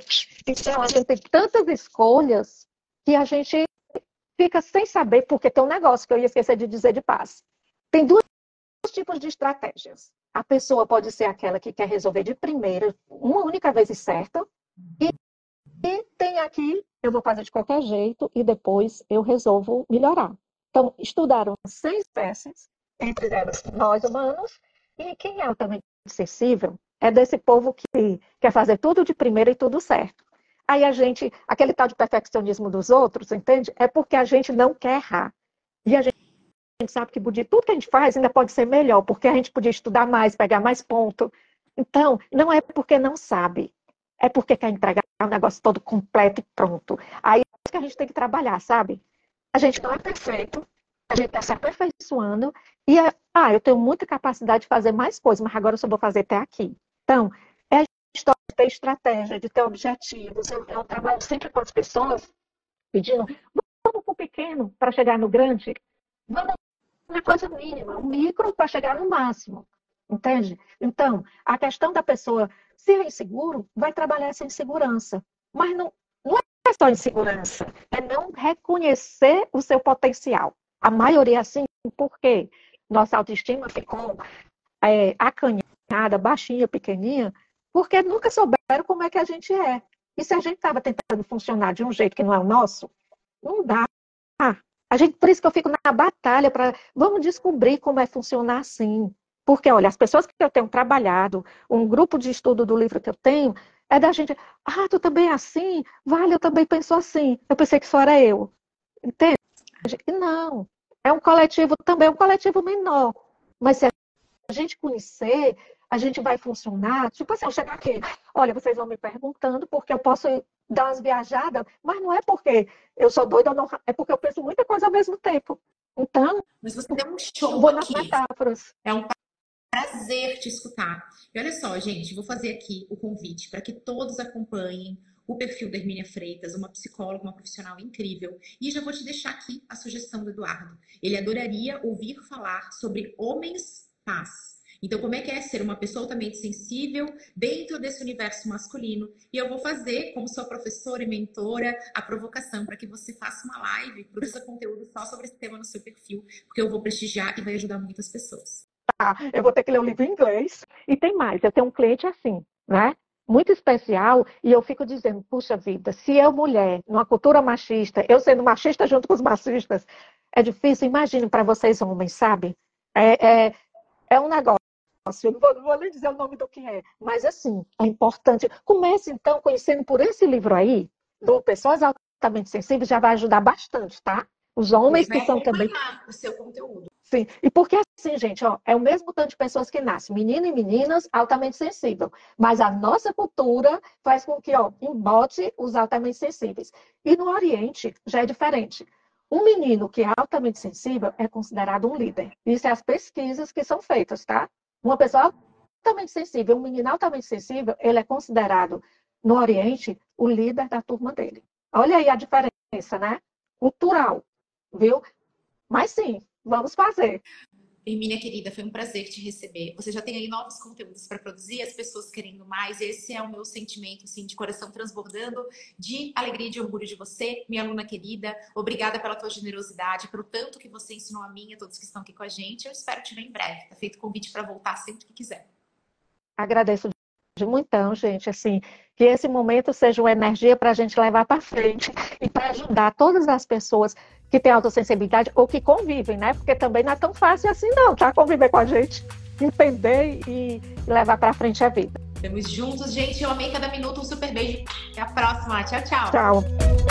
então a gente tem tantas escolhas que a gente fica sem saber, porque tem um negócio que eu ia esquecer de dizer de paz. Tem dois tipos de estratégias. A pessoa pode ser aquela que quer resolver de primeira, uma única vez e certa, e tem aqui, eu vou fazer de qualquer jeito e depois eu resolvo melhorar. Então, estudaram 100 espécies, entre elas nós humanos, e quem é altamente sensível é desse povo que quer fazer tudo de primeira e tudo certo. Aí a gente, aquele tal de perfeccionismo dos outros, entende? É porque a gente não quer errar. E a gente sabe que tudo que a gente faz ainda pode ser melhor, porque a gente podia estudar mais, pegar mais ponto. Então, não é porque não sabe, é porque quer entregar o negócio todo completo e pronto. Aí é isso que a gente tem que trabalhar, sabe? A gente não é perfeito, a gente está se aperfeiçoando e eu tenho muita capacidade de fazer mais coisas, mas agora eu só vou fazer até aqui. Então, é a história de ter estratégia, de ter objetivos. Eu trabalho sempre com as pessoas pedindo, vamos para o pequeno para chegar no grande, vamos na coisa mínima, o micro para chegar no máximo. Entende? Então, a questão da pessoa ser inseguro vai trabalhar essa insegurança. Mas não é só insegurança, é não reconhecer o seu potencial. A maioria é assim, porque nossa autoestima ficou acanhada, baixinha, pequenininha, porque nunca souberam como é que a gente é. E se a gente estava tentando funcionar de um jeito que não é o nosso, não dá. Por isso que eu fico na batalha para vamos descobrir como é funcionar assim. Porque, olha, as pessoas que eu tenho trabalhado, um grupo de estudo do livro que eu tenho, é da gente, tu também é assim? Vale, eu também penso assim. Eu pensei que só era eu. Entende? E não, é um coletivo também, um coletivo menor. Mas se a gente conhecer, a gente vai funcionar. Tipo assim, eu chegar aqui, olha, vocês vão me perguntando porque eu posso dar umas viajadas, mas não é porque eu sou doida ou não, é porque eu penso muita coisa ao mesmo tempo. Então, mas você deu um show vou nas aqui. metáforas. É um prazer te escutar. E olha só, gente, vou fazer aqui o convite para que todos acompanhem o perfil da Hermínia Freitas, uma psicóloga, uma profissional incrível. E já vou te deixar aqui a sugestão do Eduardo. Ele adoraria ouvir falar sobre homens paz. Então, como é que é ser uma pessoa altamente sensível dentro desse universo masculino? E eu vou fazer, como sua professora e mentora, a provocação para que você faça uma live, produza conteúdo só sobre esse tema no seu perfil, porque eu vou prestigiar e vai ajudar muitas pessoas. Eu vou ter que ler o livro em inglês. E tem mais, eu tenho um cliente assim, né? Muito especial, e eu fico dizendo, puxa vida, se eu, mulher, numa cultura machista, eu sendo machista junto com os machistas, é difícil, imagine para vocês homens, sabe? É um negócio, eu não vou nem dizer o nome do que é, mas assim, é importante. Comece então conhecendo por esse livro aí, do Pessoas Altamente Sensíveis, já vai ajudar bastante, tá? Os homens que são também... o seu conteúdo. Sim, e porque assim, gente, ó, é o mesmo tanto de pessoas que nascem, menino e meninas altamente sensível, mas a nossa cultura faz com que, ó, embote os altamente sensíveis. E no Oriente já é diferente. Um menino que é altamente sensível é considerado um líder. Isso é as pesquisas que são feitas, tá? Uma pessoa altamente sensível, um menino altamente sensível, ele é considerado, no Oriente, o líder da turma dele. Olha aí a diferença, né? Cultural, viu? Mas sim, vamos fazer. Hermínia, querida, foi um prazer te receber. Você já tem aí novos conteúdos para produzir, as pessoas querendo mais. Esse é o meu sentimento, assim, de coração transbordando de alegria e de orgulho de você, minha aluna querida. Obrigada pela tua generosidade, pelo tanto que você ensinou a mim e a todos que estão aqui com a gente. Eu espero te ver em breve. Tá feito o convite para voltar sempre que quiser. Agradeço de muitão, gente, assim, que esse momento seja uma energia para a gente levar para frente e para ajudar todas as pessoas que têm autossensibilidade ou que convivem, né? Porque também não é tão fácil assim não, tá? Conviver com a gente, entender e levar para frente a vida. Estamos juntos, gente. Eu amei cada minuto. Um super beijo. Até a próxima. Tchau, tchau. Tchau.